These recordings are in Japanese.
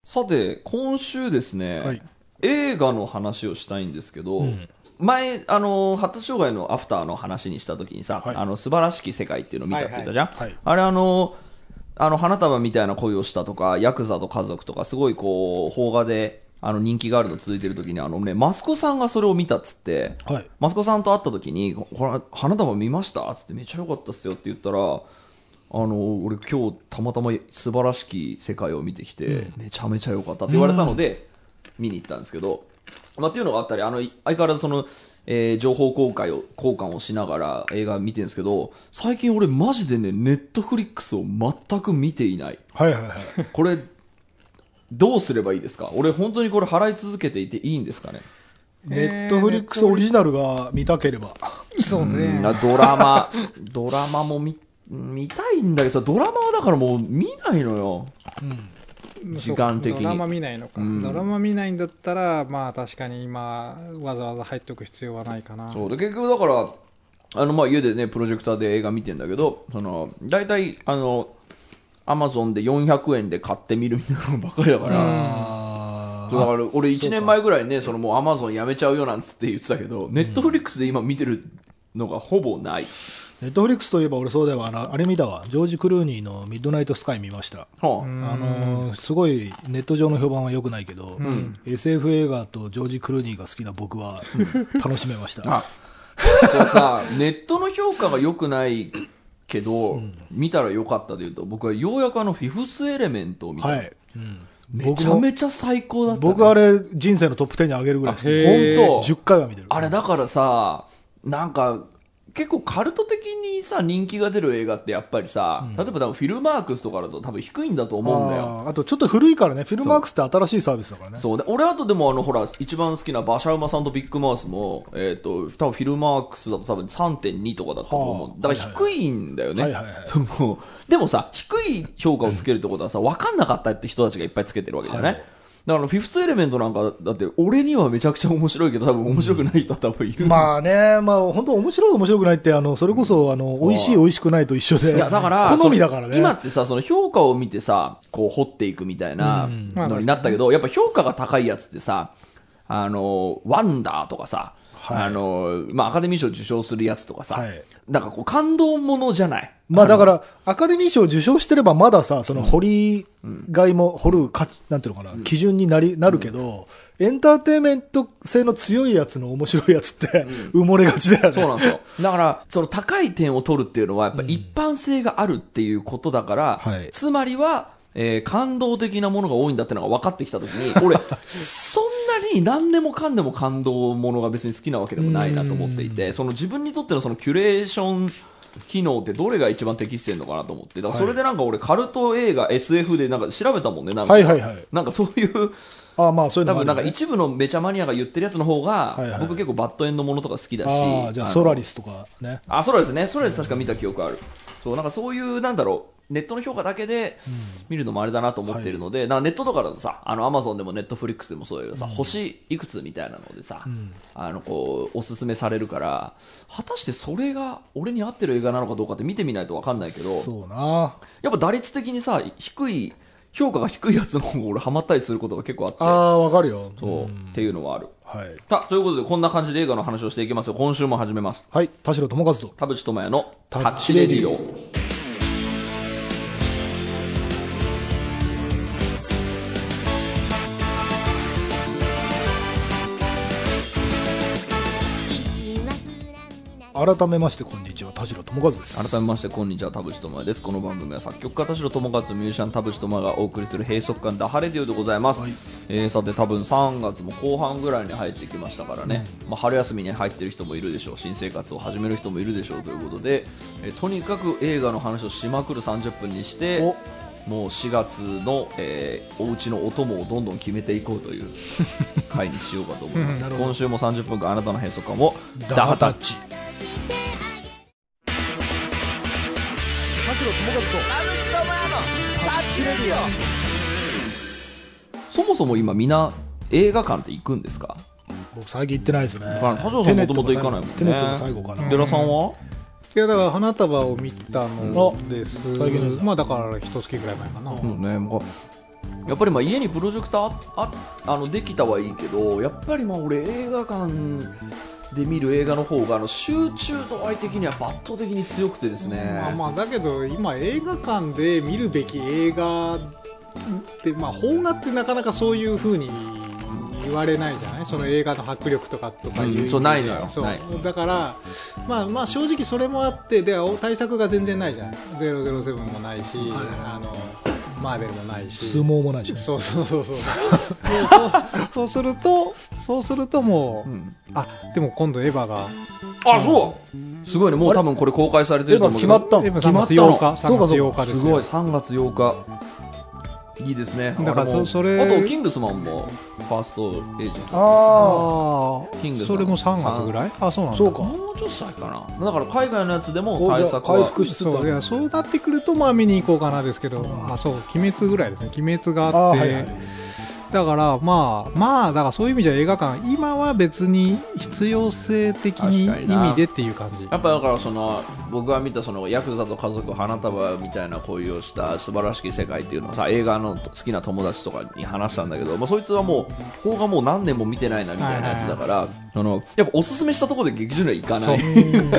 さて今週ですね、 はい、 映画の話をしたいんですけど、前発達障害のアフターの話にした時にさ、 はい、 素晴らしき世界っていうのを見たって言ったじゃん、 はいはい、 あれ花束みたいな恋をしたとかヤクザと家族とかすごいこう邦画で人気があるの続いてる時にマスコさんがそれを見たっつって、 はい、 マスコさんと会った時にこれ花束見ましたっつってめっちゃ良かったっすよって言ったら俺今日たまたま素晴らしき世界を見てきて、めちゃめちゃ良かったって言われたので、見に行ったんですけど、っていうのがあったり相変わらずその、情報交換をしながら映画見てるんですけど、最近俺マジでねネットフリックスを全く見ていない。 はいはいはい。 これどうすればいいですか？俺本当にこれ払い続けていていいんですかね？ ネットフリックスオリジナルが見たければ、 そうね。 ドラマも見たいんだけどさ、ドラマはだからもう見ないのよ、時間的に。 ドラマ見ないのか、ドラマ見ないんだったらまあ確かに今わざわざ入っておく必要はないかな。 そうで結局だから家でねプロジェクターで映画見てんだけど、だいたいアマゾンで400円で買ってみるみたいなのばっかりだから、だから俺1年前ぐらいねもうアマゾンやめちゃうよなんつって言ってたけど、ネットフリックスで今見てるのがほぼない。 ネットフリックスといえば俺そうだわ、あれ見たわ、ジョージ・クルーニーのミッドナイトスカイ見ました。すごいネット上の評判は良くないけど、SF 映画とジョージ・クルーニーが好きな僕は楽しめました。 そうさネットの評価が良くないけど、見たら良かったというと、僕はようやくフィフスエレメントを見た、めちゃめちゃ最高だった、ね、 僕あれ人生のトップ10に上げるぐらい好きです。本当10回は見てる。 あれだからさ、なんか結構カルト的にさ人気が出る映画ってやっぱりさ、例えば多分フィルマークスとかだと多分低いんだと思うんだよ。 あとちょっと古いからね、フィルマークスって新しいサービスだからね。 そうで俺あとでもほら一番好きな馬車馬さんとビッグマウスも多分フィルマークスだと多分 3.2 とかだったと思う。だから低いんだよね。でもさ低い評価をつけるってことはさ、分かんなかったって人たちがいっぱいつけてるわけじゃない、だからフィフスエレメントなんかだって俺にはめちゃくちゃ面白いけど多分面白くない人は多分いる、 まあね、まあ本当面白い面白くないってそれこそ美味しい美味しくないと一緒で、 いやだから好みだからね。 今ってさその評価を見てさこう掘っていくみたいなのになったけど、やっぱ評価が高いやつってさワンダーとかさ、アカデミー賞受賞するやつとかさ、だからこう感動ものじゃない。 まあだからアカデミー賞受賞してればまださ、その掘りがいも掘る価値なんていうのかな、基準になるけど、エンターテインメント性の強いやつの面白いやつって埋もれがちだよね。 そうなんですよ。だからその高い点を取るっていうのはやっぱ一般性があるっていうことだから、つまりは感動的なものが多いんだってのが分かってきたときに、俺そんなに何でもかんでも感動ものが別に好きなわけでもないなと思っていて、その自分にとってのそのキュレーション機能ってどれが一番適してるのかなと思って、だからそれでなんか俺カルト映画 SF でなんか調べたもんね、なんかそういうそういうの多分なんか一部のめちゃマニアが言ってるやつの方が、僕結構バッドエンドものとか好きだし、 じゃあソラリスとかね。 ソラリスね、ソラリス確か見た記憶ある。そうなんかそういうなんだろう、ネットの評価だけで見るのもあれだなと思っているので、ネットとかだとさ、アマゾンでもネットフリックスでもそうだけどさ、星いくつみたいなのでさ、こうおすすめされるから、果たしてそれが俺に合ってる映画なのかどうかって見てみないと分かんないけど、 そうな、 やっぱ打率的にさ評価が低いやつの方が俺ハマったりすることが結構あって、 わかるよ。 そうっていうのはある。さあということでこんな感じで映画の話をしていきますよ。今週も始めます。 はい、田代智和と田淵智也のタッチレディオ。 改めましてこんにちは、田代智和です。 改めましてこんにちは、田淵智也です。この番組は作曲家田代智和、ミュージシャン田淵智也がお送りする閉塞感ダハレディオでございます。さて多分3月も後半ぐらいに入ってきましたからね、春休みに入ってる人もいるでしょう、新生活を始める人もいるでしょうということで、とにかく映画の話をしまくる30分にしてもう4月の、お家のお供をどんどん決めていこうという回にしようかと思います。今週も30分間あなたの閉塞感をダハタッチ。 田代智和と田淵智也のタッチレディオ。そもそも今みんな映画館って行くんですか？ 僕最近行ってないですね。 田代さんもともと行かないもんね。 テネットが最後かな。 寺さんは？ いやだから花束を見たのです。 最近まあだから一月ぐらい前かな。 やっぱり家にプロジェクターできたはいいけど、やっぱり俺映画館で見る映画の方が集中度合い的には圧倒的に強くてですね。 だけど今映画館で見るべき映画って、邦画ってなかなかそういう風に言われないじゃない、その映画の迫力とかいう、 そうないのよ。 そうだから正直それもあって、で対策が全然ないじゃん。007もないし、マーベルもないし、 相撲もないし、ね、 そうするともう、でも今度エヴァがそうすごいね。もう多分これ公開されてると思う。 決まったの。 3月8日3月8日ですよ。 すごい、3月8日いいですね。 だからそれあとキングスマンもファーストエージェント、キングスマンそれも3月ぐらい。そうなんだ。 そうか、 もうちょっと先かな。だから海外のやつでも対策は回復しつつある。 そうなってくると見に行こうかなですけど、そう鬼滅ぐらいですね。鬼滅があって、だからだからそういう意味じゃ映画館今は別に必要性的に意味でっていう感じ。 やっぱだから僕が見たヤクザと家族花束みたいな恋をした素晴らしき世界っていうのをさ、映画の好きな友達とかに話したんだけど、そいつはもう邦画もう何年も見てないなみたいなやつだから、やっぱおすすめしたところで劇場には行かない。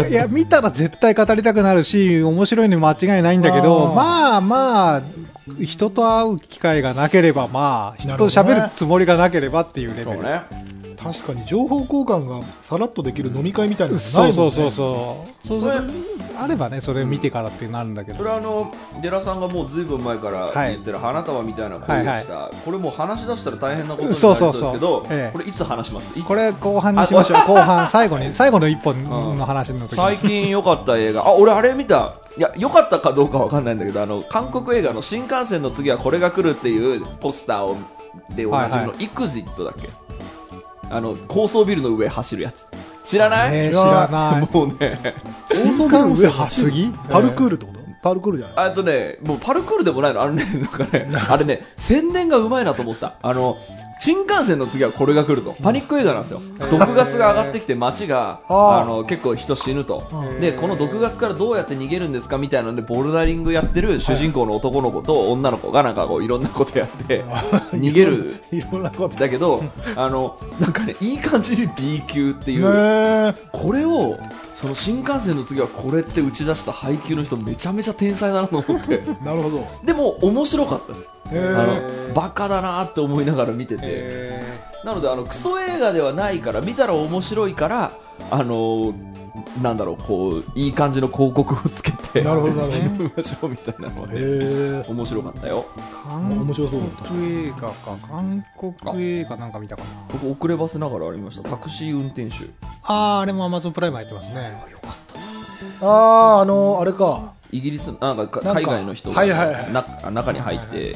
いや見たら絶対語りたくなるし面白いに間違いないんだけど、人と会う機会がなければ、人と喋るつもりがなければっていうレベル。 確かに情報交換がさらっとできる飲み会みたいなのがないもんね。 そうあればね、それ見てからってなるんだけど、 それはデラさんがもうずいぶん前から言ってる花束みたいな恋をした、これもう話し出したら大変なことになりそうですけど、これいつ話します？ これ後半にしましょう。後半最後の一本の話の時。 最近良かった映画、俺あれ見た。いや良かったかどうかわかんないんだけど、韓国映画の新幹線の次はこれが来るっていうポスターでおなじみのイクジットだっけ、高層ビルの上走るやつ。知らない？ 知らない。 もうね、 高層ビルの上走るパルクールってこと？パルクールじゃない？ もうパルクールでもないの。あれね、宣伝がうまいなと思った。新幹線の次はこれが来ると。パニック映画なんですよ。毒ガスが上がってきて街が結構人死ぬと。でこの毒ガスからどうやって逃げるんですかみたいなのでボルダリングやってる主人公の男の子と女の子がいろんなことやって逃げる。 いろんなことだけどなんかね、いい感じに B 級っていうこれを新幹線の次はこれって打ち出した配給の人めちゃめちゃ天才だなと思って。 なるほど。 でも面白かったです。バカだなって思いながら見てて、なのでクソ映画ではないから見たら面白いからなんだろう、こういい感じの広告をつけてなるほど見ましょうみたいなので面白かったよ。 面白そうだった。 韓国映画なんか見たかな。 僕遅ればせながらありました。タクシー運転手。 あれも Amazon プライム入ってますね。 よかったですね。 あれか、 イギリスなんか海外の人が中に入って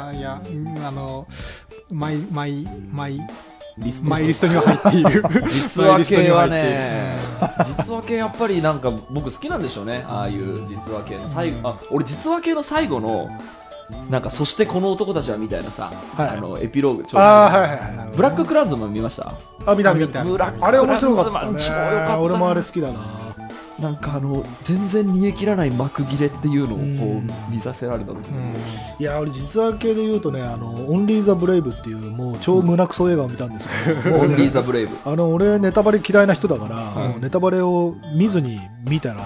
マイリストには入っている実話系はね、実話系やっぱりなんか僕好きなんでしょうね。ああいう実話系の最後、俺実話系の最後のなんかそしてこの男たちはみたいなさ、エピローグブラッククランズマン見ました？ 見た。あれ面白かったね。 超良かった。 俺もあれ好きだな。 なんか全然煮え切らない幕切れっていうのをこう見させられた時に、 いや俺実話系で言うとね、オンリーザブレイブっていうもう超胸クソ映画を見たんですけど、 オンリーザブレイブ俺ネタバレ嫌いな人だから、ネタバレを見ずに見たらね、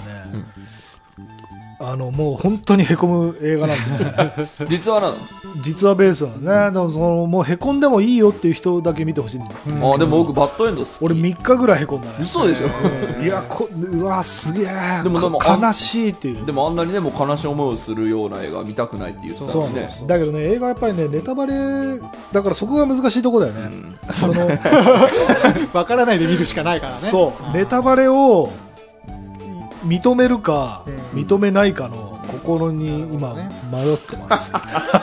もう本当にへこむ映画なんで、ね、 実話なの？ 実話ベースはね。でももうへこんでもいいよっていう人だけ見てほしいんだよ。 でも僕バッドエンド好き。 俺3日ぐらいへこんだね。 嘘でしょ？ いやうわすげえ。でも悲しいっていう。 でもあんなにね、もう悲しい思いをするような映画見たくないって言ってたしね。 だけどね、映画やっぱりね、ネタバレだからそこが難しいとこだよね。 わからないで見るしかないからね。 そうネタバレを認めるか認めないかの心に今迷ってます。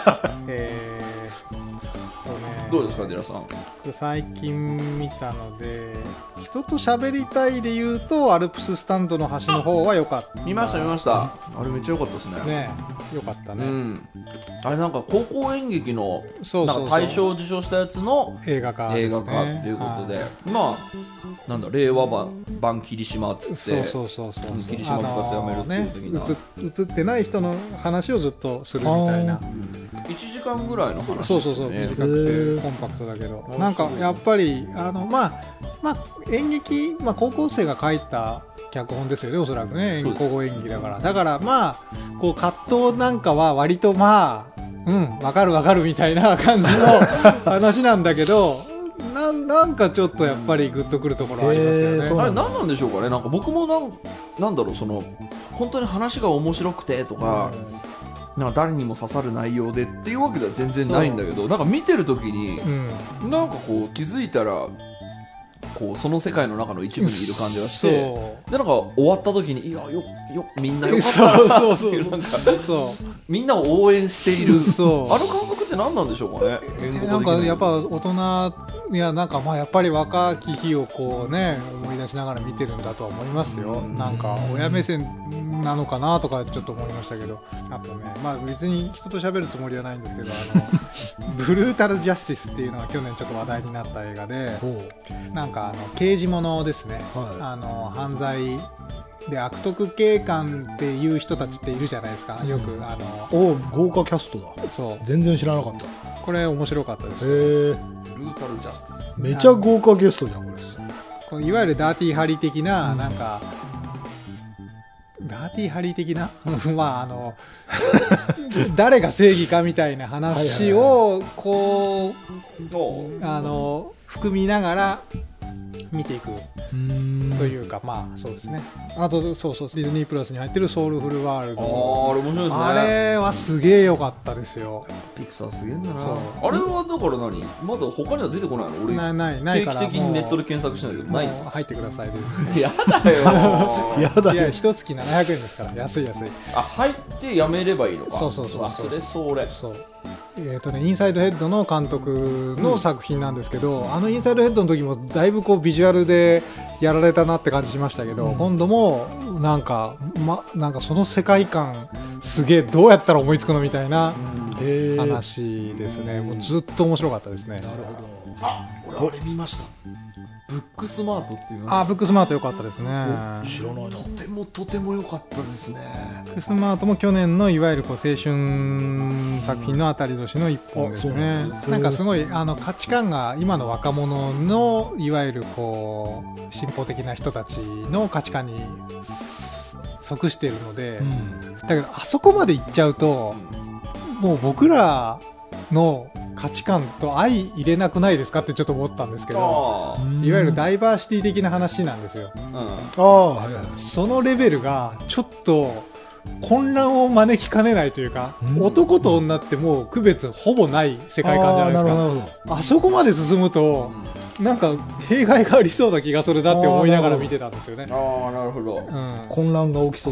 どうですか、デラさん。 最近見たので、人と喋りたいで言うとアルプススタンドの端の方は良かった。 見ました。あれめっちゃ良かったですね。 ね、良かったね。 あれなんか高校演劇のなんか大賞を受賞したやつの映画化っていうことで、なんだ令和版霧島っつって、霧島部活やめるっていう時に映ってない人の話をずっとするみたいな。 1時間ぐらいの話ですね。 そうそうそう、短くてコンパクトだけど、なんかやっぱり演劇、高校生が書いた脚本ですよね、おそらくね、高校演劇だから。だからこう葛藤なんかは割とわかるわかるみたいな感じの話なんだけど、なんかちょっとやっぱりグッとくるところありますよね。 あれ何なんでしょうかね。なんか僕もなんだろう、その本当に話が面白くてとか、なんか誰にも刺さる内容でっていうわけでは全然ないんだけど、なんか見てる時に、なんかこう気づいたらこうその世界の中の一部にいる感じがして、でなんか終わった時にいやみんなよかったなっていう、なんかみんなを応援しているあの感覚って何なんでしょうかね。 なんかやっぱ大人、いやなんかやっぱり若き日をこうね思い出しながら見てるんだとは思いますよ。なんか親目線なのかなとかちょっと思いましたけど、あとね、別に人と喋るつもりはないんですけど、ブルータルジャスティスっていうのが去年ちょっと話題になった映画で、なんか刑事ものですね、犯罪で悪徳警官っていう人たちっているじゃないですか、よく豪華キャストだ。そう全然知らなかった。 これ面白かったです。 ブルータルジャスティス、 めちゃ豪華ゲストじゃんこれ。いわゆるダーティーハリー的な、なんかダーティーハリー的な誰が正義かみたいな話をこう含みながら見ていくというか、そうですね。あとディズニープラスに入ってるソウルフルワールド、 あれ面白いですね。 あれはすげえ良かったですよ。 ピクサーすげえんだな。あれはだからまだ他には出てこないの？俺ないから定期的にネットで検索しないけどない。 入ってくださいです。 やだよやだよ。 いや一月700円ですから安い。 入ってやめればいいのか。そう忘れそう。インサイドヘッドの監督の作品なんですけど、インサイドヘッドの時もだいぶこうビジュアルでやられたなって感じしましたけど、今度もなんかその世界観すげえどうやったら思いつくのみたいな話ですね。もうずっと面白かったですね。なるほど。俺見ました。ブックスマートっていうの。 ブックスマート良かったですね。 知らない。とても良かったですね。 ブックスマートも去年のいわゆるこう青春作品の当たり年の一本ですね。なんかすごい価値観が今の若者のいわゆるこう進歩的な人たちの価値観に即しているので、だけどあそこまで行っちゃうともう僕らの価値観と相入れなくないですかってちょっと思ったんですけど、いわゆるダイバーシティ的な話なんですよ。そのレベルがちょっと混乱を招きかねないというか、男と女ってもう区別ほぼない世界観じゃないですか。あそこまで進むとなんか弊害がありそうな気がするなって思いながら見てたんですよね。 なるほど。 混乱が起きそう。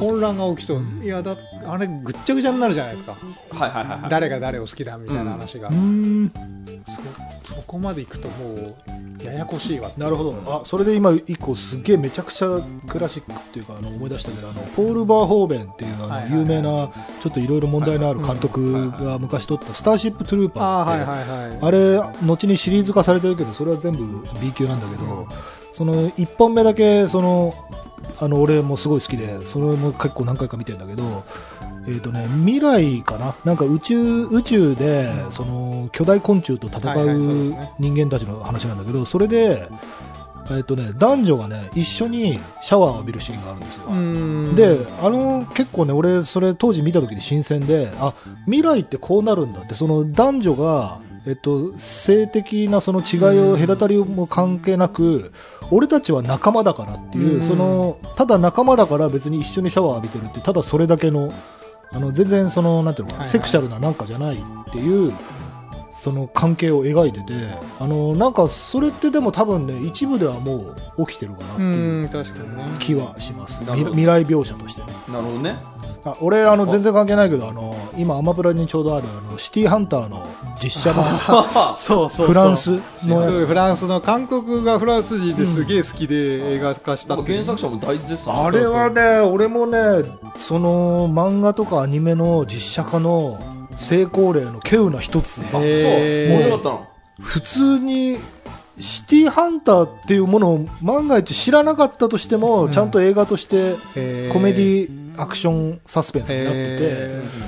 いやあれぐっちゃぐちゃになるじゃないですか。誰が誰を好きだみたいな話が。そこまでいくともうややこしいわ。 なるほど。それで今一個すげえめちゃくちゃクラシックっていうか思い出したけど、ポール・バーホーベンっていう有名なちょっといろいろ問題のある監督が昔撮ったスターシップ・トゥルーパーって、あれ後にシリーズ化されてるけどそれは全部 B 級なんだけど、その1本目だけ俺もすごい好きでそれも結構何回か見てるんだけど、未来かな、なんか宇宙でその巨大昆虫と戦う人間たちの話なんだけど、それで男女がね一緒にシャワーを浴びるシーンがあるんですよ。で結構ね俺それ当時見た時に新鮮で、未来ってこうなるんだって、その男女が性的なその違いを隔たりも関係なく俺たちは仲間だからっていう、ただ仲間だから別に一緒にシャワー浴びてるって、ただそれだけの全然なんていうのかな、セクシャルななんかじゃないっていうその関係を描いてて、なんかそれってでも多分ね一部ではもう起きてるかなっていう気はします。未来描写としてね。 なるほどね。 俺全然関係ないけど今アマプラにちょうどあるシティハンターの実写版フランスのやつ、 フランスの監督がフランス人ですげえ好きで映画化したって、 原作者も大絶賛。 あれはね俺もねその漫画とかアニメの実写化の成功例の稀有な一つ。 そう盛り上がったの。 普通にシティハンターっていうものを万が一知らなかったとしても、ちゃんと映画としてコメディアクションサスペンスになってて、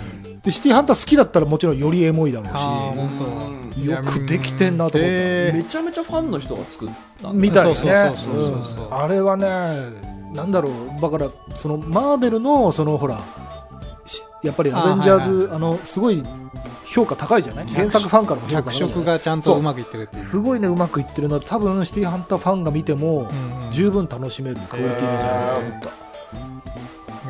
でシティハンター好きだったらもちろんよりエモいだろうし、 よよくできてんなと思った。 めちゃめちゃファンの人が作ったみたいなね。 そうあれはね、なんだろう、だからそのマーベルのそのほらやっぱりアベンジャーズすごい評価高いじゃない、原作ファンからも評価高い、 脚色がちゃんとうまくいってるっていう、 すごいね、うまくいってるな。多分シティハンターファンが見ても十分楽しめるクオリティなんじゃないかと思った。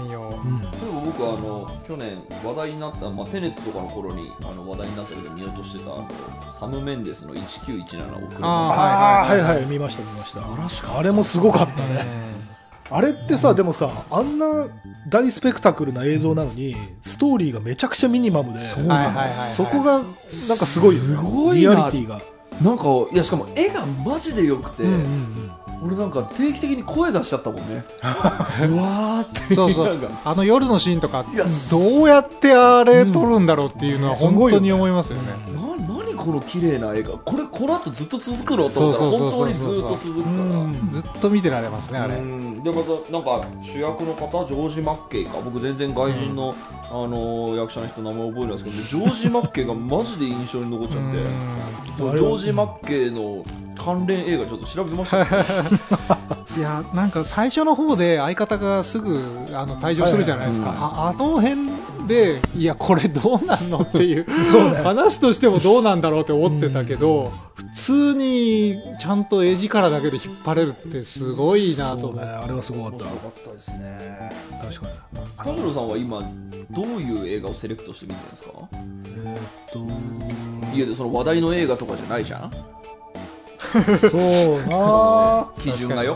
見よう。 でも僕去年話題になった、テネットとかの頃に話題になったけど見ようとしてたサム・メンデスの1917を送りました。 はいはい、見ましたあれもすごかったね。あれってさ、でもさ、あんな大スペクタクルな映像なのにストーリーがめちゃくちゃミニマムで、そこがなんかすごいよね、リアリティがなんか、いやしかも絵がマジで良くて、俺なんか定期的に声出しちゃったもんねうわーってそうそう夜のシーンとかどうやってあれ撮るんだろうっていうのは本当に思いますよね。 何この綺麗な映画、この後ずっと続くのと思ったら本当にずっと続くからずっと見てられますねあれ。 でまたなんか主役の方ジョージ・マッケイか、僕全然外人の、役者の人名前覚えないですけど、ジョージ・マッケイがマジで印象に残っちゃってジョージ・マッケイの関連映画ちょっと調べてました、ね、 いやなんか最初の方で相方がすぐ退場するじゃないですか、あの辺でいやこれどうなんのっていう話としてもどうなんだろうって思ってたけど、普通にちゃんと絵力だけで引っ張れるってすごいなと思って、 あれはすごかった。 面白かったですね。 確かに。 田代さんは今どういう映画をセレクトして見てるんですか？家でその話題の映画とかじゃないじゃん。 そうな基準がよ。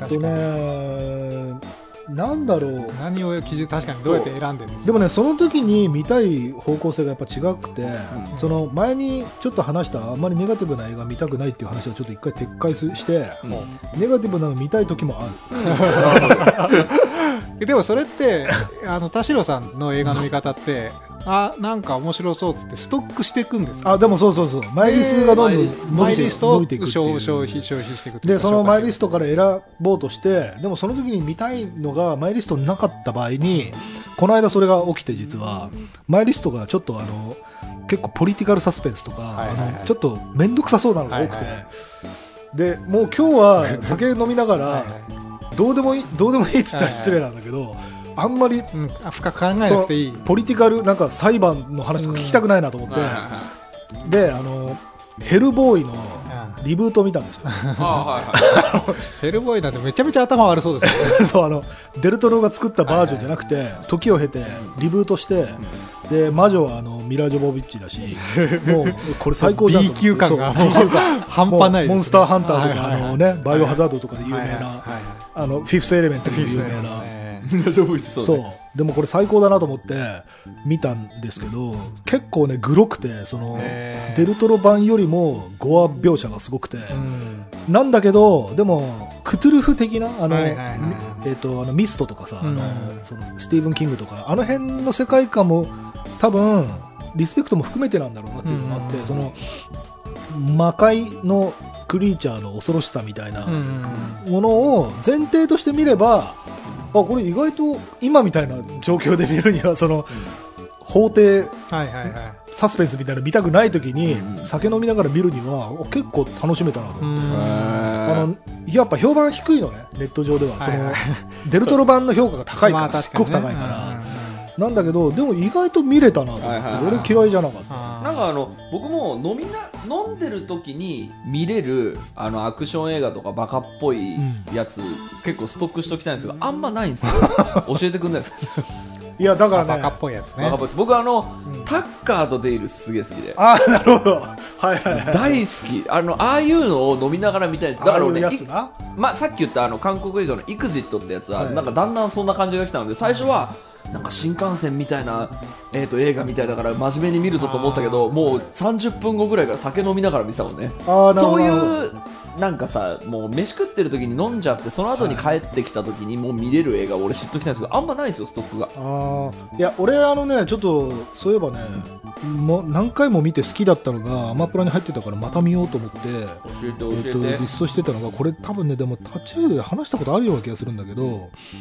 なんだろう、 何を基準、確かにどうやって選んでるんですか？ でもね、その時に見たい方向性がやっぱ違くて、その前にちょっと話したあんまりネガティブな映画見たくないっていう話をちょっと一回撤回して、ネガティブなの見たい時もある。でもそれって田代さんの映画の見方ってなんか面白そうっつってストックしていくんですか？ でもそうマイリスがどんどんマイリストを消費していくで、そのマイリストから選ぼうとして、でもその時に見たいのがマイリストになかった場合に、この間それが起きて、実はマイリストがちょっと結構ポリティカルサスペンスとか、ちょっと面倒くさそうなのが多くて、でもう今日は酒飲みながらどうでもいいっつったら失礼なんだけど、あんまり深く考えなくていいポリティカルなんか裁判の話とか聞きたくないなと思って、でヘルボーイのリブートを見たんですよ。 ヘルボーイなんてめちゃめちゃ頭悪そうですよね。 そうデルトロが作ったバージョンじゃなくて、時を経てリブートして、で魔女はミラ・ジョボビッチだし、もうこれ最高じゃんと思って。 B 級感が半端ないですね。 モンスターハンターとかバイオハザードとかで有名なフィフスエレメントで有名なそうでもこれ最高だなと思って見たんですけど、結構ねグロくて、デルトロ版よりもゴア描写がすごくて、なんだけどでもクトゥルフ的なミストとかさ、そのスティーブン・キングとかあの辺の世界観も多分リスペクトも含めてなんだろうなっていうのもあって、その魔界のクリーチャーの恐ろしさみたいなものを前提として見れば、これ意外と今みたいな状況で見るには、その法廷サスペンスみたいなの見たくない時に酒飲みながら見るには結構楽しめたなと思って、やっぱ評判低いのね、ネット上では。そのデルトロ版の評価が高いから、すっごく高いからなんだけど、でも意外と見れたなと思って、俺嫌いじゃなかった。 なんか僕も飲んでる時に見れるアクション映画とかバカっぽいやつ、結構ストックしときたいんですけど、あんまないんですよ。教えてくんないですか？いやだからね、 バカっぽいやつね。 僕タッカーとデイルすげえ好きで。 なるほど。 大好き。ああいうのを飲みながら見たいです。だから俺さっき言った韓国映画のイグジットってやつは、なんかだんだんそんな感じが来たので、最初はなんか新幹線みたいな、映画みたいだから真面目に見るぞと思ってたけど、もう30分後ぐらいから酒飲みながら見てたもんね。そういうなんかさ、もう飯食ってる時に飲んじゃって、その後に帰ってきた時にもう見れる映画俺知っときたいんですけど、あんまないですよストックが。 いや俺ちょっとそういえばね、もう何回も見て好きだったのがアマプラに入ってたからまた見ようと思って教えてリストしてたのが、これ多分ね、でも途中で話したことあるような気がするんだけど、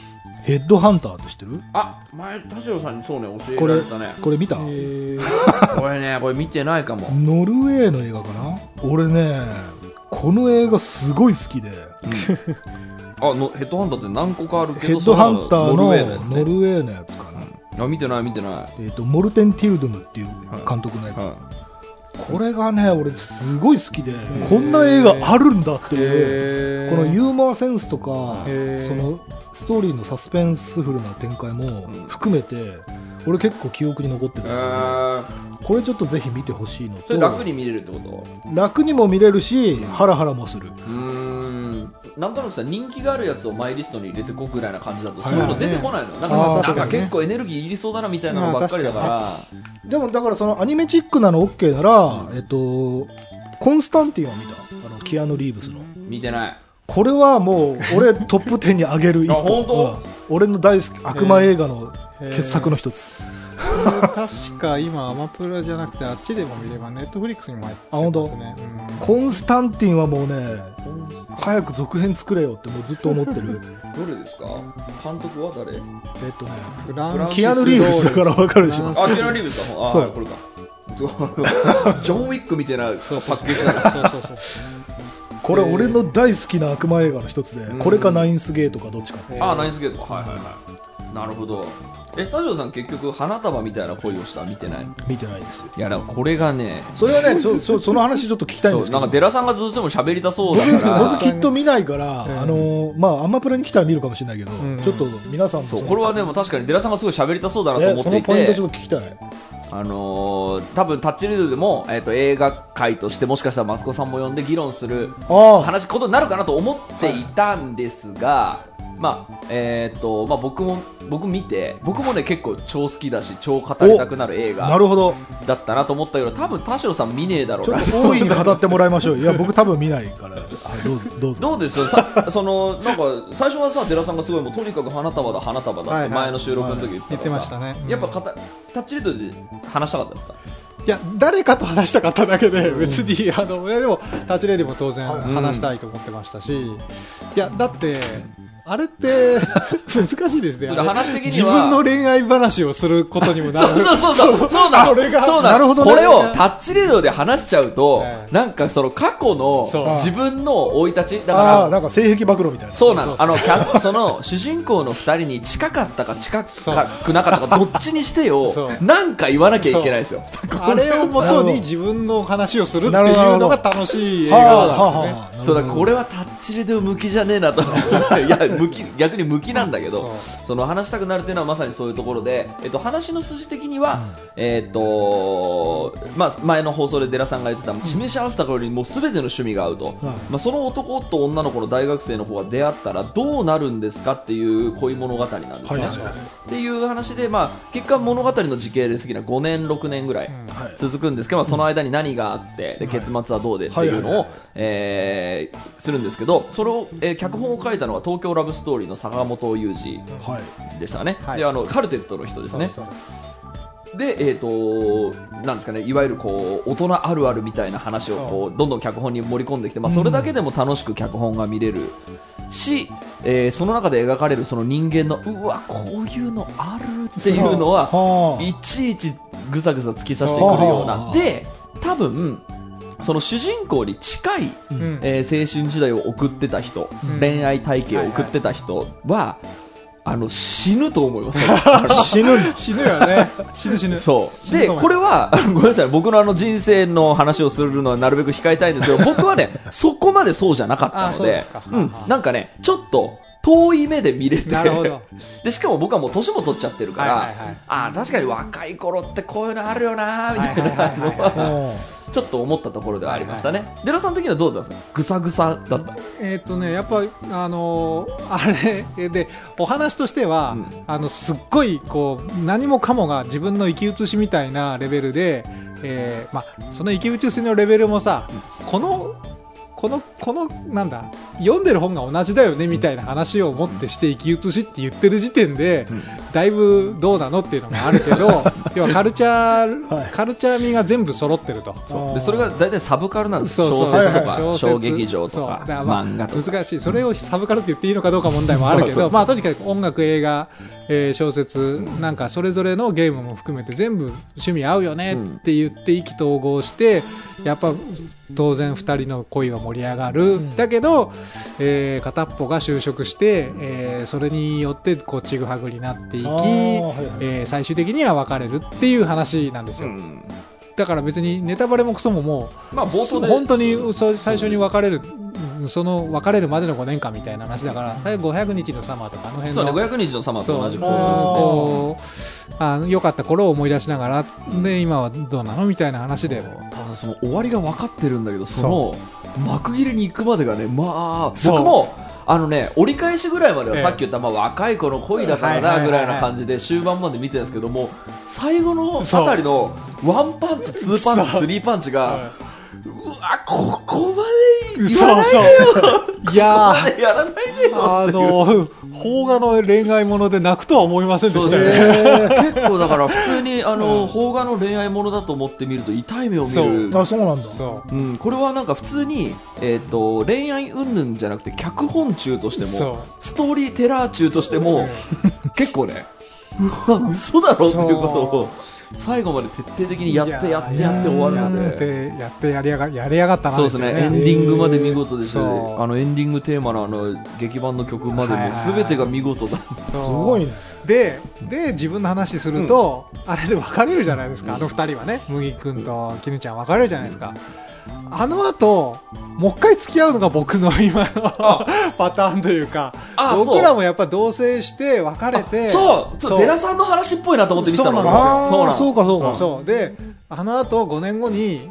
ヘッドハンターって知ってる？ 前田代さんにそうね教えられたね。 これ見た？ これね、これ見てないかも。 ノルウェーの映画かな。俺ねこの映画すごい好きで、 ヘッドハンターって何個かあるけど、 ヘッドハンターのノルウェェーのやつかな。 見てない。 モルテン・ティルドゥムっていう監督のやつ、これがね俺すごい好きで、こんな映画あるんだっていう、このユーモアセンスとか、そのストーリーのサスペンスフルな展開も含めて、俺結構記憶に残ってるんですよね。これちょっとぜひ見てほしいのと、 それ楽に見れるってこと？ 楽にも見れるし、ハラハラもする。 なんとなくさ、人気があるやつをマイリストに入れてこぐらいな感じだと、そういうの出てこないのよ。なんか結構エネルギーいりそうだなみたいなのばっかりだから。 でもだからそのアニメチックなの OK なら、コンスタンティンは見た？キアヌ・リーブスの。 見てない。 これはもう俺トップ10に上げる一本当？ 俺の大好き悪魔映画の傑作の一つ。 確か今アマプラじゃなくてあっちでも見ればネットフリックスにも入ってますね。 コンスタンティンはもうね早く続編作れよってもうずっと思ってる。 どれですか？監督は誰？ キアヌ・リーブスだから分かるでしょ。 キアヌ・リーブスか。そうこれか。ジョン・ウィックみたいなパッケージだな。 これ俺の大好きな悪魔映画の一つで、これかナインスゲートかどっちかって。 ナインスゲートか。なるほど。田代さん結局花束みたいな恋をした？見てない？ 見てないですよ。 いやだからこれがね、 それはねその話ちょっと聞きたいんですけど、 なんかデラさんがどうしても喋りたそうだから僕きっと見ないから、アマプラに来たら見るかもしれないけど、ちょっと皆さんそうこれはでも確かにデラさんがすごい喋りたそうだなと思っていて、 そのポイントちょっと聞きたい。 多分タッチリードでも、映画界としてもしかしたらマツコさんも呼んで議論することになるかなと思っていたんですが、僕見て、僕もね結構超好きだし超語りたくなる映画だったなと思ったけど、多分田代さん見ねえだろうな。 ちょっと大いに語ってもらいましょう。いや僕多分見ないから、どうぞ。 どうですよ。なんか最初はさ、デラさんがすごいもうとにかく花束だって前の収録の時言ってたからさ、やっぱタッチリードで話したかったですか？ いや誰かと話したかっただけで、別にでもタッチレディも当然話したいと思ってましたし、いやだってあれって難しいですね。 話的には自分の恋愛話をすることにもなる。 そうなるほどね。これをタッチレディで話しちゃうと、なんかその過去の自分の生い立ちだからなんか性癖暴露みたいな。 そうなの。その主人公の2人に近かったか近くなかったかどっちにしてよ、なんか言わなきゃいけないですよ。 あれをもとに自分の話をするっていうのが楽しい映画なんですよね。 そうだ、これはタッチレディ向きじゃねえなと。いや逆に向きなんだけど、その話したくなるというのはまさにそういうところで、話の筋的には、前の放送でデラさんが言ってた示し合わせた頃にもう全ての趣味が合うと、その男と女の子の大学生の方が出会ったらどうなるんですかっていう恋物語なんですね。っていう話で、結果物語の時系列的には5年6年ぐらい続くんですけど、その間に何があってで結末はどうでっていうのをするんですけど、それを脚本を書いたのは東京ラブストーリーの坂本雄二でしたね。でカルテットの人ですね。でなんですかね、いわゆるこう大人あるあるみたいな話をこうどんどん脚本に盛り込んできて、それだけでも楽しく脚本が見れるし、その中で描かれるその人間のうわこういうのあるっていうのはいちいちぐさぐさ突き刺してくるようなで、多分その主人公に近い、青春時代を送ってた人、恋愛体系を送ってた人は、死ぬと思います。 死ぬよね。死ぬ。 そうで、これはごめんなさい、僕の人生の話をするのはなるべく控えたいんですけど、僕はねそこまでそうじゃなかったので、なんかねちょっと遠い目で見れて、でしかも僕はもう年も取っちゃってるから、確かに若い頃ってこういうのあるよなみたいなのはちょっと思ったところではありましたね。デラさん的にはどうだったんですか？ぐさぐさだった？ やっぱあれでお話としては、すっごいこう何もかもが自分の生き写しみたいなレベルで、その生き写しのレベルもさ、このなんだ読んでる本が同じだよねみたいな話をもってして生き写しって言ってる時点で、 だいぶどうなのっていうのもあるけど要はカルチャー味が全部揃ってると。 でそれが大体サブカルなんです。小説とか小劇場とか漫画とか難しい。それをサブカルって言っていいのかどうか問題もあるけどまあとにかく音楽映画、小説なんかそれぞれのゲームも含めて全部趣味合うよねって言って意気投合してやっぱ当然2人の恋は盛り上がる、だけど、片っぽが就職して、それによってこうちぐはぐになっていき、最終的には別れるっていう話なんですよ、だから別にネタバレもクソももう、まあ、冒頭で本当に最初に別れるその別れるまでの5年間みたいな話だから最後500日のサマーとかあの辺のそうね500日のサマーと同じこう良かった頃を思い出しながらで今はどうなのみたいな話でただその終わりが分かってるんだけどその幕切れに行くまでがねまあ僕も折り返しぐらいまではさっき言った、まあ、若い子の恋だからなぐらいな感じで終盤まで見てるんですけども最後のあたりのワンパンチツーパンチスリーパンチがうわここまで言わないでよいやーやらないでよ邦画の恋愛もので泣くとは思いませんでしたよね結構だから普通に邦画の恋愛ものだと思って見ると痛い目を見るそうなんだこれはなんか普通に、恋愛云々じゃなくて脚本中としてもストーリーテラー中としても結構ねうわ嘘だろっていうことを最後まで徹底的にやって終わるのでやってやりやがったな。 そうですね、エンディングまで見事でした。エンディングテーマの劇版の曲までも全てが見事だ。 すごいね。 で自分の話すると、あれで別れるじゃないですか、あの二人はね、麦君と絹ちゃん別れるじゃないですか。あの後もう一回付き合うのが僕の今のパターンというか、僕らもやっぱ同棲して別れて、 そうデラさんの話っぽいなと思って見てたの。 そうであの後5年後に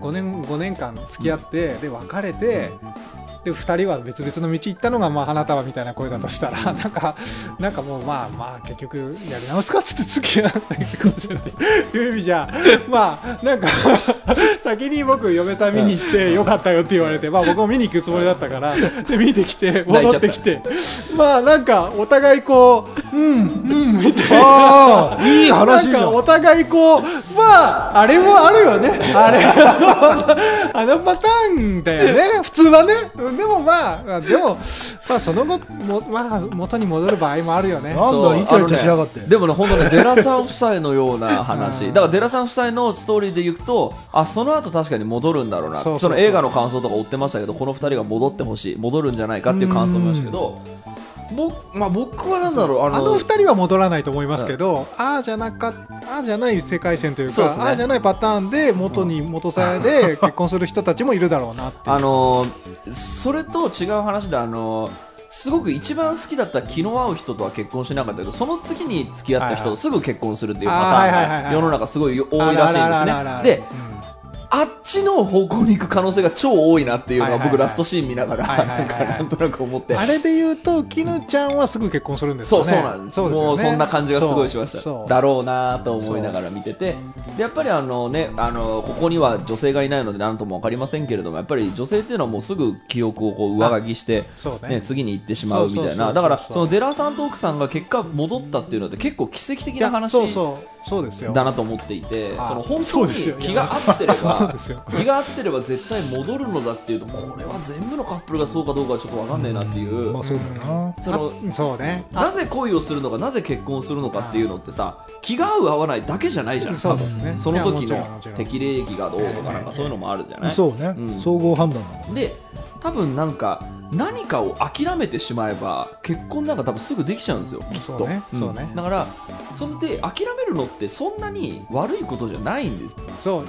5年間付き合ってで別れてで2人は別々の道行ったのが、まあ、花束みたいな声だとしたらなんかもうまあ結局やり直すかっつって付き合ったかもしれないいう意味じゃまあなんか先に僕嫁さん見に行ってよかったよって言われて、まあ、僕も見に行くつもりだったからで見てきて戻ってきてまあなんかお互いこうみたいないい話じゃん。なんかお互いこうまああれもあるよねあのパターンだよね普通はね。でもまあその後も、まあ、元に戻る場合もあるよね。 なんだイチャイチャしやがって。 でもね本当ねデラさん夫妻のような話だからデラさん夫妻のストーリーでいくとその後確かに戻るんだろうな。その映画の感想とか追ってましたけどこの2人が戻ってほしい戻るんじゃないかっていう感想もありましたけど僕はなんだろうあの2人は戻らないと思いますけど、じゃない世界線というかじゃないパターンで元に元さで結婚する人たちもいるだろうなっていうそれと違う話ですごく一番好きだった気の合う人とは結婚しなかったけどその次に付き合った人とすぐ結婚するっていうパターンが世の中すごい多いらしいんですね。であっちの方向に行く可能性が超多いなっていうのは僕ラストシーン見ながらなんとなく思ってあれで言うと絹ちゃんはすぐ結婚するんですよね。 そうなんです。もうそんな感じがすごいしましただろうなと思いながら見ててでやっぱりここには女性がいないので何とも分かりませんけれどもやっぱり女性っていうのはもうすぐ記憶をこう上書きして次に行ってしまうみたいなだからそのデラさんと奥さんが結果戻ったっていうのって結構奇跡的な話だなと思っていてその本当に気が合ってれば気が合ってれば絶対戻るのだっていうとこれは全部のカップルがそうかどうかはちょっと分かんないなっていうそうだななぜ恋をするのかなぜ結婚するのかっていうのってさ気が合う合わないだけじゃないじゃん。その時の適齢期がどうとかなんかそういうのもあるじゃない。 そうね総合判断で多分何かを諦めてしまえば結婚なんか多分すぐできちゃうんですよきっと。だからそれで諦めるのってそんなに悪いことじゃないんです。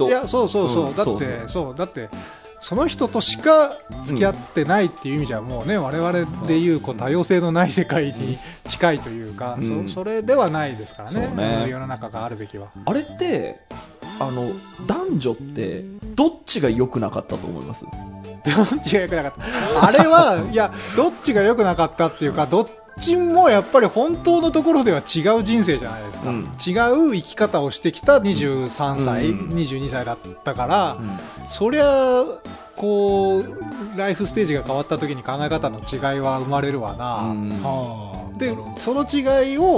だってその人としか付き合ってないっていう意味じゃもうね我々でいう多様性のない世界に近いというかそれではないですからね世の中があるべきは。 あれって男女ってどっちが良くなかったと思います？ どっちが良くなかったあれはいやどっちが良くなかったっていうかどっちもやっぱり本当のところでは違う人生じゃないですか、違う生き方をしてきた23歳、22歳だったから、そりゃこうライフステージが変わった時に考え方の違いは生まれるわな、でその違いを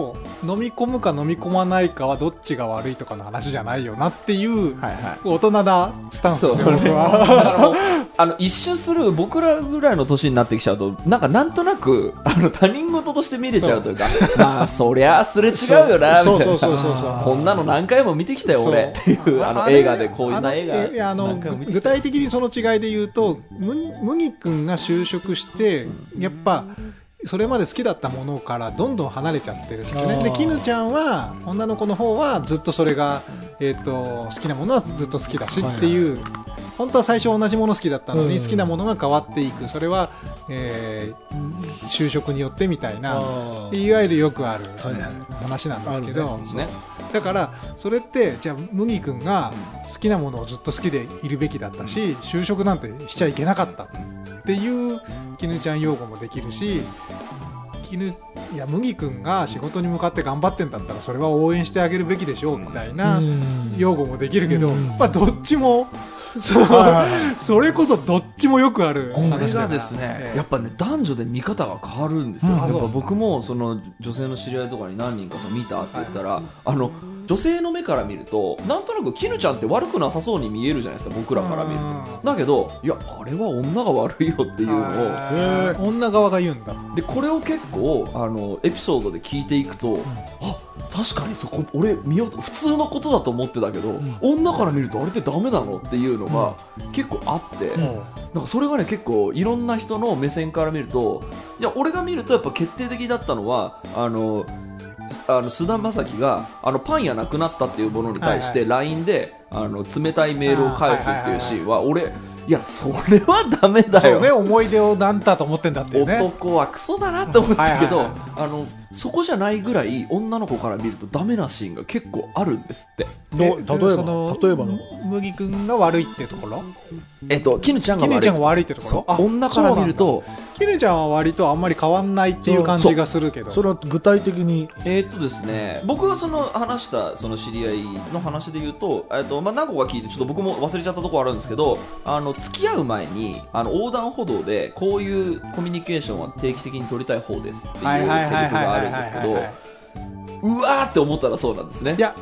飲み込むか飲み込まないかはどっちが悪いとかの話じゃないよなっていう、大人なスタンスですよ、僕は。 一周する僕らぐらいの年になってきちゃうとなんとなく他人事として見れちゃうというか、まあそりゃすれ違うよなみたいな、こんなの何回も見てきたよ俺っていう映画で、こういう映画具体的にその違いで言うと、麦君が就職してやっぱそれまで好きだったものからどんどん離れちゃってるんですよね。で絹ちゃんは女の子の方はずっとそれが、好きなものはずっと好きだしっていう、本当は最初同じもの好きだったのに好きなものが変わっていく、それは、就職によってみたいな、いわゆるよくある話なんですけど、だからそれってじゃあ麦君が好きなものをずっと好きでいるべきだったし、就職なんてしちゃいけなかったっていう絹ちゃん擁護もできるし、いや麦君が仕事に向かって頑張ってんだったらそれは応援してあげるべきでしょうみたいな擁護もできるけど、どっちもそれこそどっちもよくある話だ。 これがですね、やっぱね男女で見方が変わるんですよ。やっぱ僕もその女性の知り合いとかに何人か見たって言ったら、女性の目から見るとなんとなく絹ちゃんって悪くなさそうに見えるじゃないですか、僕らから見ると。だけどいやあれは女が悪いよっていうのを女側が言うんだ。 でこれを結構エピソードで聞いていくと、あ確かにそこ俺見ようと普通のことだと思ってたけど、女から見るとあれってダメなのっていうのが結構あって、なんかそれがね結構いろんな人の目線から見ると、いや俺が見るとやっぱ決定的だったのは菅田将暉がパン屋なくなったっていうものに対して LINE で冷たいメールを返すっていうシーンは俺いやそれはダメだよ、 そうね、思い出を何だと思ってんだっていうね、 男はクソだなって思ったけどそこじゃないぐらい女の子から見るとダメなシーンが結構あるんですって。 例えばの麦君が悪いってところ、 絹ちゃんが悪いってところ、 女から見ると絹ちゃんは割とあんまり変わんないっていう感じがするけど、 それは具体的にですね、僕が話したその知り合いの話で言うと、何個か聞いてちょっと僕も忘れちゃったところあるんですけど、付き合う前に横断歩道でこういうコミュニケーションは定期的に取りたい方ですっていうセリフがあるんですけど、うわーって思ったらそうなんですね。 いや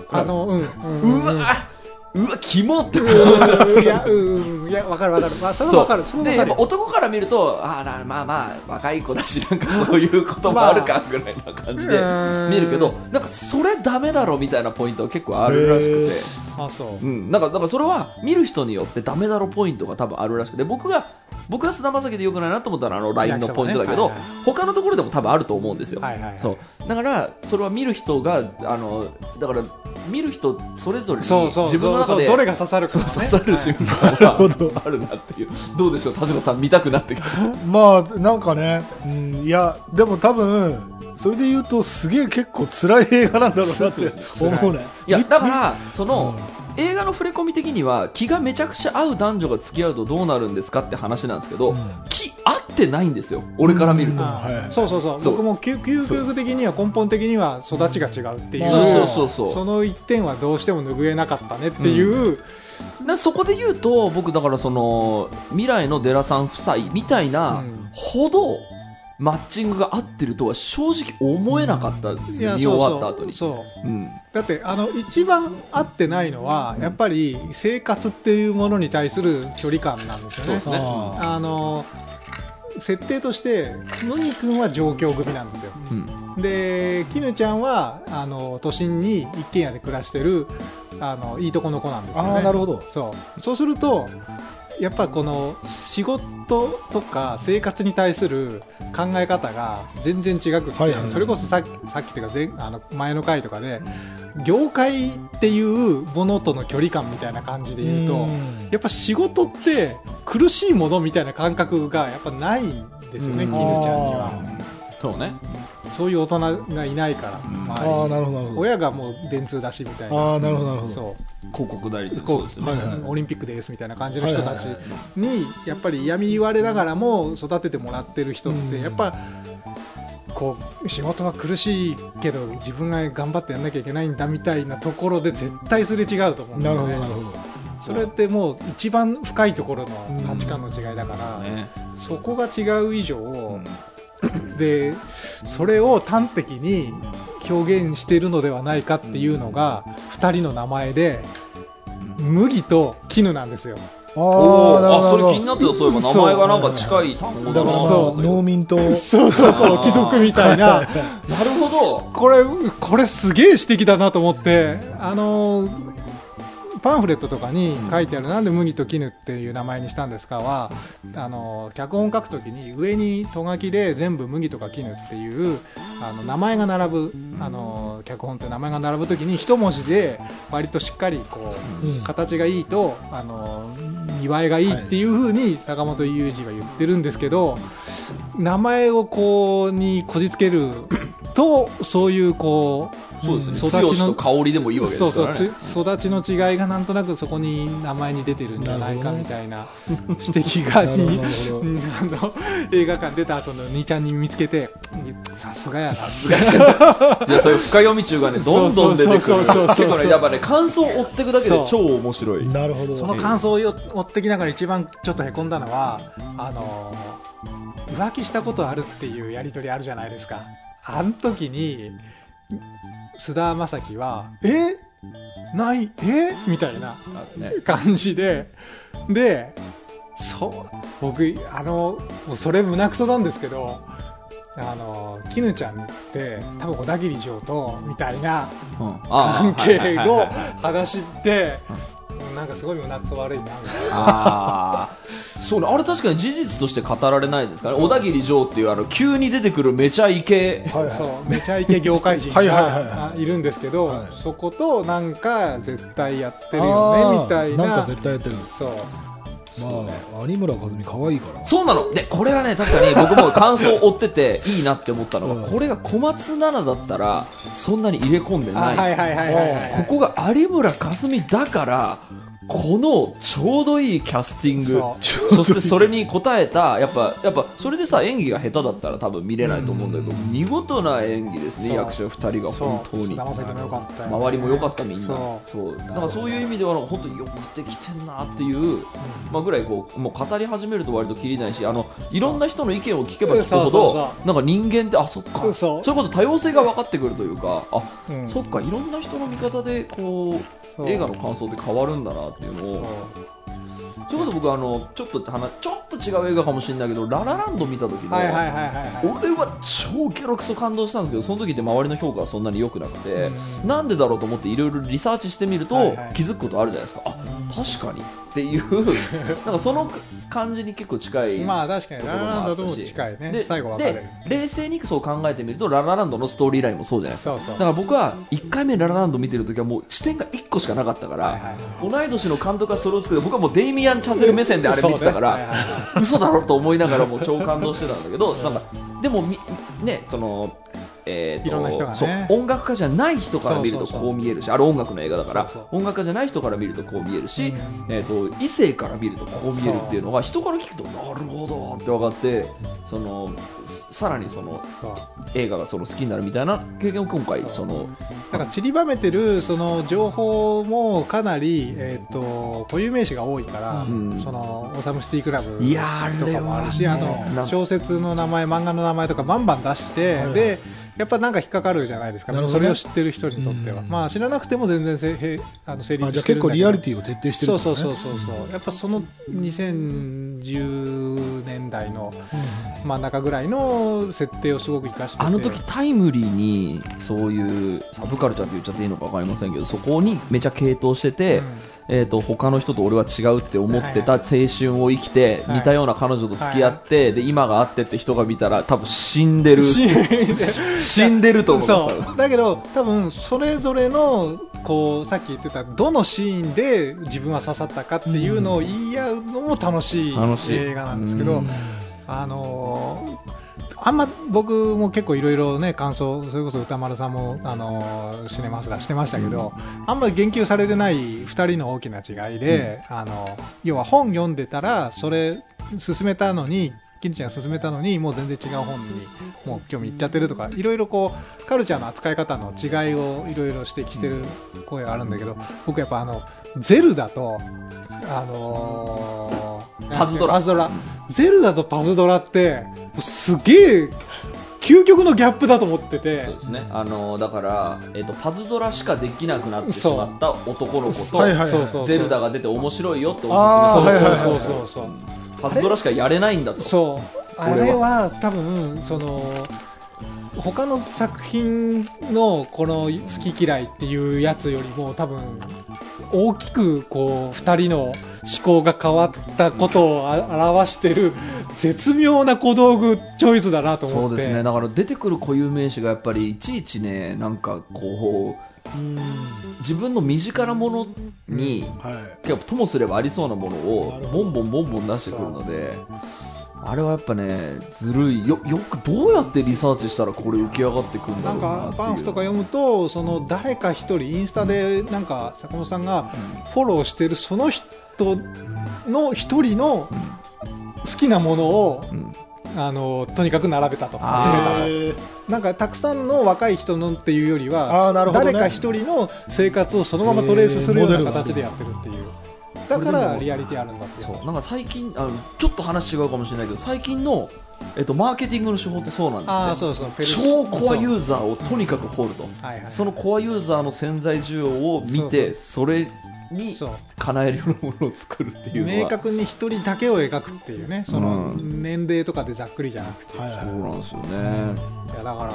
うわキモっていや分かる、まあ、それは分かる。 でやっぱ男から見るとまあ若い子だしなんかそういうこともあるかぐらいな感じで見るけど、なんかそれダメだろみたいなポイントが結構あるらしくて、なんかそれは見る人によってダメだろポイントが多分あるらしくて、僕は菅田将暉でよくないなと思ったらLINE のポイントだけど、他のところでも多分あると思うんですよ。そうだからそれは見る人がだから見る人それぞれに自分の中でどれが刺さるか、ね、 刺さる瞬間があるなっていう。どうでしょう田代さん、見たくなってきました。 まあなんかね、いやでも多分それで言うとすげえ結構辛い映画なんだろうなって思うね。 いやだから映画の触れ込み的には気がめちゃくちゃ合う男女が付き合うとどうなるんですかって話なんですけど、気合ってないんですよ俺から見ると。 そう僕も究極的には根本的には育ちが違うっていう、その一点はどうしても拭えなかったねっていう、 そこで言うと僕だから未来のデラさん夫妻みたいなほどマッチングが合ってるとは正直思えなかったですね、見終わった後に。 だって一番合ってないのはやっぱり生活っていうものに対する距離感なんですよね。そうですね。設定として麦君は上京組なんですよ、で絹ちゃんは都心に一軒家で暮らしてるいいとこの子なんですよね。 なるほど。 そうするとやっぱこの仕事とか生活に対する考え方が全然違くて、それこそさっきというか前の回とかで業界っていうものとの距離感みたいな感じで言うと、やっぱ仕事って苦しいものみたいな感覚がやっぱないんですよね、絹ちゃんには。 そうね、 そういう大人がいないから、 なるほど。 親がもう電通だしみたいな。 なるほど。 そう広告代理店、そうですね、 オリンピックですみたいな感じの人たちにやっぱり嫌み言われながらも育ててもらってる人ってやっぱこう仕事は苦しいけど自分が頑張ってやんなきゃいけないんだみたいなところで絶対すれ違うと思うんですよね。それってもう一番深いところの価値観の違いだから、そこが違う以上でそれを端的に表現しているのではないかっていうのが2人の名前で麦と絹なんですよ。 それ気になってた。そういえば名前がなんか近い単語だな。 農民とそう貴族みたいななるほど。 これすげえ詩的だなと思って、パンフレットとかに書いてある、なんで麦と絹っていう名前にしたんですかは、脚本書くときに上にと書きで全部麦とか絹っていう名前が並ぶ、脚本って名前が並ぶときに一文字で割としっかりこう、形がいいと見栄えがいいっていう風に坂本雄二は言ってるんですけど、名前をこうにこじつけるとそういうこうそうですね、強しと香りでもいいわけですからね。 育ちの違いがなんとなくそこに名前に出てるんじゃないかみたいな指摘が映画館出た後の兄ちゃんに見つけて、さすがやな、 いや、そういう深読み中がねどんどん出てくる。結構ね、やっぱね、感想を追っていくだけで超面白い。 なるほど。 その感想を追ってきながら一番ちょっとへこんだのは浮気したことあるっていうやり取りあるじゃないですか。あの時に菅田将暉はないみたいな感じで、僕もうそれ胸クソなんですけど、絹ちゃんって多分小田切城とみたいな関係を話してなんかすごい胸クソ悪いなみたいな。 そうね、あれ確かに事実として語られないですからね。小田切城っていう急に出てくるめちゃイケ、 めちゃイケ業界人がいるんですけど、そことなんか絶対やってるよねみたいな。 なんか絶対やってる。そう。有村架純可愛いから。 そうなの。でこれはね、確かに僕も感想を追ってていいなって思ったのは、これが小松菜奈だったらそんなに入れ込んでない。ここが有村架純だからこのちょうどいいキャスティング、そしてそれに応えたやっぱそれでさ、演技が下手だったら多分見れないと思うんだけど、見事な演技ですね。役者2人が本当に周りも良かった。みんなそうだから、そういう意味では本当によくできてんなっていう、ぐらいもう語り始めると割と切りないし、いろんな人の意見を聞けば聞くほどなんか人間ってそっか、それこそ多様性が分かってくるというか、そっか、いろんな人の見方でこう映画の感想って変わるんだなっていうのを。ということで僕ちょっと違う映画かもしれないけど、ララランド見た時の俺は超ゲロクソ感動したんですけど、その時って周りの評価はそんなに良くなくて、なんでだろうと思っていろいろリサーチしてみると気づくことあるじゃないですか。確かにっていうなんかその感じに結構近い。 まあ確かにララランドとも近いね。最後分かれる。 で冷静にそう考えてみると、ララランドのストーリーラインもそうじゃないですか。だから僕は1回目ララランド見てる時はもう視点が1個しかなかったから、同い年の監督がそれをつけて、僕はもうデイミアン・チャゼル目線であれ見てたから、嘘だろと思いながらも超感動してたんだけど、なんかでもね、そのいろんな人がね、 音楽家じゃない人から見るとこう見えるし、あれ音楽の映画だから音楽家じゃない人から見るとこう見えるし、異性から見るとこう見えるっていうのが人から聞くとなるほどって分かって、さらに映画が好きになるみたいな経験を今回なんか散りばめてるその情報もかなり固有名詞が多いから、オサムシティクラブとかもあるし、小説の名前、漫画の名前とかバンバン出して、でやっぱなんか引っかかるじゃないですか、それを知ってる人にとっては。まあ知らなくても全然成立してるんだけど、 結構リアリティを徹底してるんですね。 そうやっぱその2010年代の真ん中ぐらいの設定をすごく生かしてて、 あの時タイムリーにそういうサブカルチャーって言っちゃっていいのか分かりませんけど、そこにめちゃ傾倒してて、他の人と俺は違うって思ってた青春を生きて、似たような彼女と付き合って、で今があってって人が見たら多分死んでると思う。 だけど多分それぞれのこうさっき言ってたどのシーンで自分は刺さったかっていうのを言い合うのも楽しい映画なんですけど、あんま僕も結構いろいろね感想、それこそ歌丸さんもシネマスがしてましたけど、あんまり言及されてない2人の大きな違いで、要は本読んでたらそれ進めたのに、キリちゃんが進めたのにもう全然違う本にもう興味いっちゃってるとか、いろいろこうカルチャーの扱い方の違いをいろいろ指摘してる声があるんだけど、僕やっぱゼルダとパズドラゼルダとパズドラってすげえ究極のギャップだと思ってて。 そうですね。だから、パズドラしかできなくなってしまった男の子と、 はいはいはい、 ゼルダが出て面白いよっておすすめする。 そう。 パズドラしかやれないんだと。 そう。あれは多分、他の作品のこの好き嫌いっていうやつよりも多分、大きくこう2人の思考が変わったことを表してる絶妙な小道具チョイスだなと思って。 そうですね。だから出てくる固有名詞がやっぱりいちいちね、なんかこう自分の身近なものに、結構ともすればありそうなものをボンボン出してくるので、あれはやっぱねずるいよくどうやってリサーチしたらこれ浮き上がってくるんだろうなっていう。 なんかパンフとか読むと誰か一人インスタでなんか坂本さんがフォローしてるその人の一人の好きなものを、とにかく並べたと、集めたと。なんかたくさんの若い人のっていうよりは、誰か一人の生活をそのままトレースするような形でやってるっていう。だからリアリティあるんだっていう。 そうなんか最近ちょっと話違うかもしれないけど、最近の、マーケティングの手法ってそうなんですね。超コアユーザーをとにかく掘ると、そのコアユーザーの潜在需要を見て、それに叶えるようなものを作るっていうのは明確に一人だけを描くっていうね、その年齢とかでざっくりじゃなくて、 そうなんですよね。 いやだから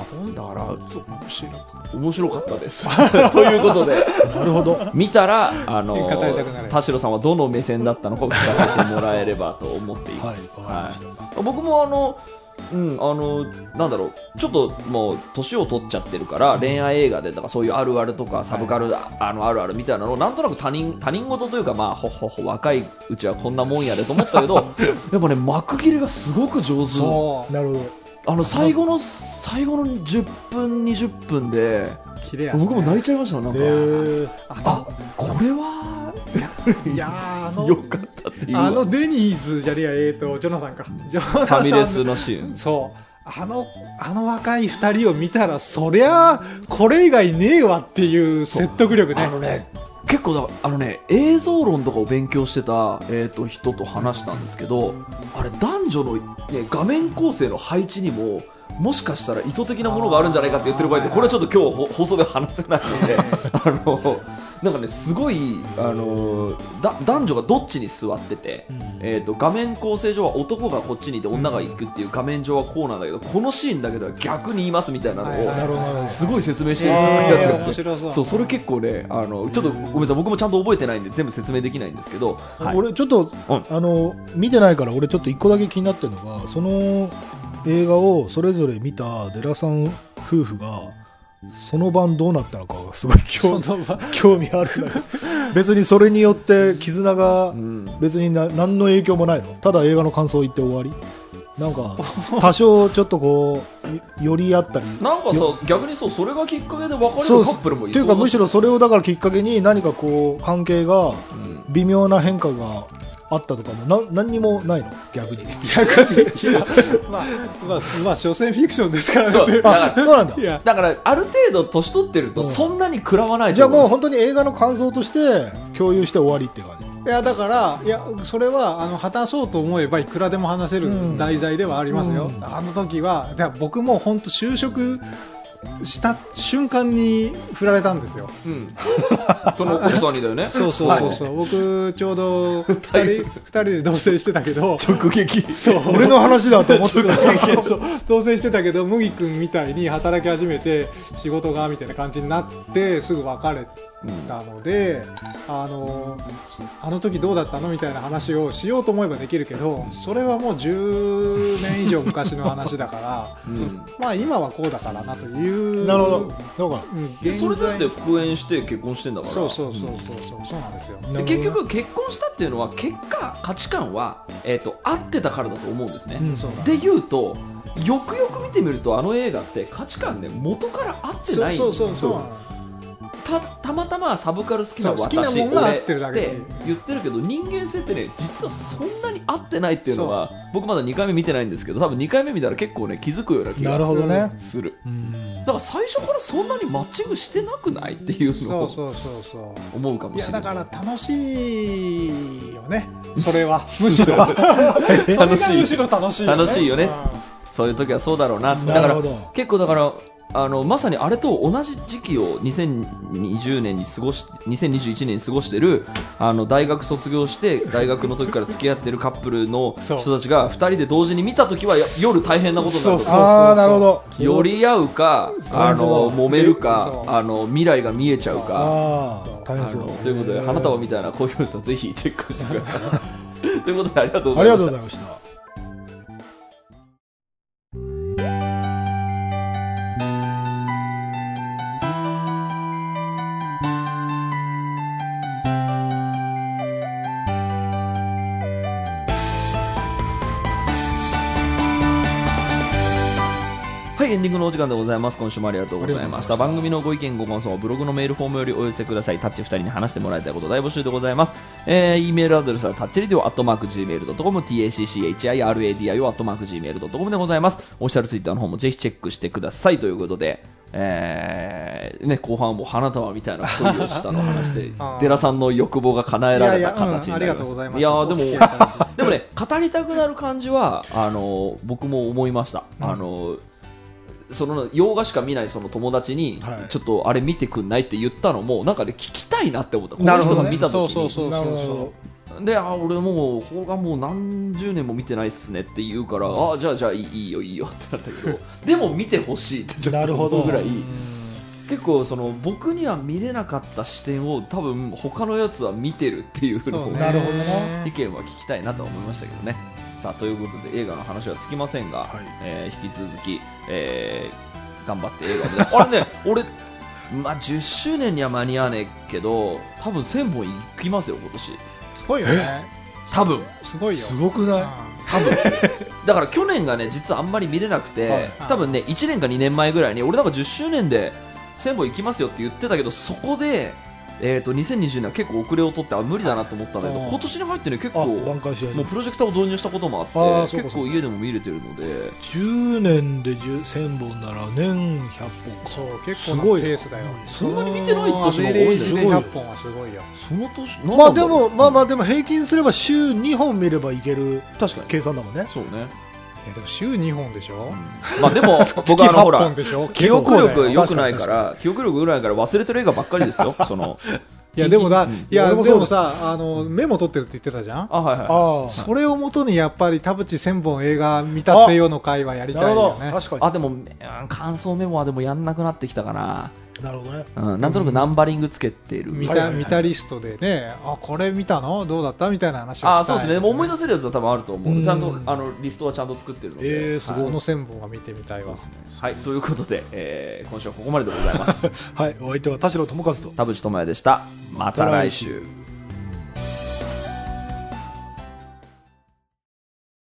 面白かったですということで、 なるほど、 見たら田代さんはどの目線だったのかを聞かせてもらえればと思っています。僕もなんだろう、ちょっともう年を取っちゃってるから恋愛映画でとかそういうあるあるとかサブカルあるあるみたいなのをなんとなく他人事というか、若いうちはこんなもんやでと思ったけどやっぱね幕切れがすごく上手。 なるほど。最後の10分20分で僕も泣いちゃいました。なんかこれはいやよかったっていう。 デニーズじゃねえや、ジョナサンか、ジョナファミレスのシーン。 そうあの若い2人を見たらそりゃこれ以外ねえわっていう説得力ね。 結構映像論とかを勉強してた、人と話したんですけど、あれ男女の、画面構成の配置にももしかしたら意図的なものがあるんじゃないかって言ってる場合で、これはちょっと今日放送で話せないのでなんかねすごい男女がどっちに座ってて、画面構成上は男がこっちにいて女が行くっていう画面上はこうなんだけど、このシーンだけでは逆に言いますみたいなのをすごい説明してるやつがあって、そうそれ結構ねちょっとごめんなさい、僕もちゃんと覚えてないんで全部説明できないんですけど、 俺ちょっと見てないから俺ちょっと一個だけ気になってるのが、その映画をそれぞれ見たデラさん夫婦がその晩どうなったのかがすごい興味ある別にそれによって絆が別に何の影響もないの、ただ映画の感想を言って終わり、なんか多少ちょっとこう寄り合ったり、 なんかさ逆にそれがきっかけで別れるカップルもいそうだし、 っていうかむしろそれをだからきっかけに何かこう関係が微妙な変化があったとかも何にもないの、逆にまあ所詮フィクションですからね。 そうなんだ。 だからある程度年取ってるとそんなに食らわないと思う。 じゃあもう本当に映画の感想として共有して終わりっていう感じ。 いやだからそれは話そうと思えばいくらでも話せる題材ではありますよ。あの時は僕も本当就職した瞬間に振られたんですよ。 その奥さんにだよね。 そう、僕ちょうど2人で同棲してたけど直撃。 俺の話だと思ってた。 同棲してたけど麦君みたいに働き始めて仕事がみたいな感じになってすぐ別れたので、あの時どうだったのみたいな話をしようと思えばできるけど、それはもう10年以上昔の話だからまあ今はこうだからなという。 なるほど。 それだって復縁して結婚してんだから。 そうなんですよ。 で結局結婚したっていうのは結果価値観は合ってたからだと思うんですね。でいうとよくよく見てみるとあの映画って価値観ね元から合ってないんですよ。たまたまサブカル好きな私俺って言ってるけど、人間性ってね実はそんなに合ってないっていうのは僕まだ2回目見てないんですけど、多分2回目見たら結構ね気づくような気がする。だから最初からそんなにマッチングしてなくないっていうのを思うかもしれない。 いやだから楽しいよね、それはむしろ楽しいよね。 そういう時はそうだろうな。だから結構だからまさにあれと同じ時期を2020年に2021年に過ごしてる大学卒業して大学の時から付き合ってるカップルの人たちが2人で同時に見た時は夜大変なことになる。 ああなるほど。 寄り合うか揉めるか未来が見えちゃうか。大変そう。ということで花束みたいなこういう人ぜひチェックしてください。ということでありがとうございました。エンディングのお時間でございます。今週もありがとうございました。番組のご意見ご感想はブログのメールフォームよりお寄せください。タッチ2人に話してもらいたいこと大募集でございます。E メールアドレスはタッチレディオ@gmail.com tacchiradio@gmail.com でございます。オフィシャルツイッターの方もぜひチェックしてくださいということで、後半も花束みたいな恋をしたの話で寺さんの欲望が叶えられた形になりました。いやでもね語りたくなる感じは僕も思いました。その洋画しか見ないその友達にちょっとあれ見てくんないって言ったのもなんかで聞きたいなって思った。この人が見た時にで俺もうこれがもう何十年も見てないっすねって言うからじゃあいいよってなったけどでも見てほしいってちょっと思うぐらい結構その僕には見れなかった視点を多分他のやつは見てるっていうのを意見は聞きたいなと思いましたけどね。さあということで映画の話はつきませんが、引き続き、頑張って映画をあれね俺、10周年には間に合わねえけど多分1000本いきますよ今年。 すごいよね。 多分すごいよ。 すごくない？ 多分だから去年がね実はあんまり見れなくて、多分ね1年か2年前ぐらいに俺なんか10周年で1000本いきますよって言ってたけどそこで2020年は結構遅れを取って無理だなと思ったんだけど今年に入ってね結構もうプロジェクターを導入したこともあって結構家でも見れてるので 10年で1000本なら年100本そう結構なペースだよ。 そんなに見てない年の方が多いんだよ。 100本はすごいよ。 その年でも平均すれば週2本見ればいける計算だもんね。 そうね。 でも週2本でしょ。 でも僕ほら記憶力良くないから忘れてる映画ばっかりですよ。 いやでもさメモ取ってるって言ってたじゃん。それをもとにやっぱり田淵1000本映画見たってよの会話やりたいよね。 確かに。 でも感想メモはでもやんなくなってきたかな。 なるほどね。 なんとなくナンバリングつけてる。 見たリストでね、これ見たのどうだったみたいな話をしたい。 そうですね。思い出せるやつは多分あると思う。ちゃんとリストはちゃんと作ってるので。 その1000本は見てみたいわ。 はい、ということで今週はここまででございます。 はい、お相手は田代智和と田淵智也でした。また来週。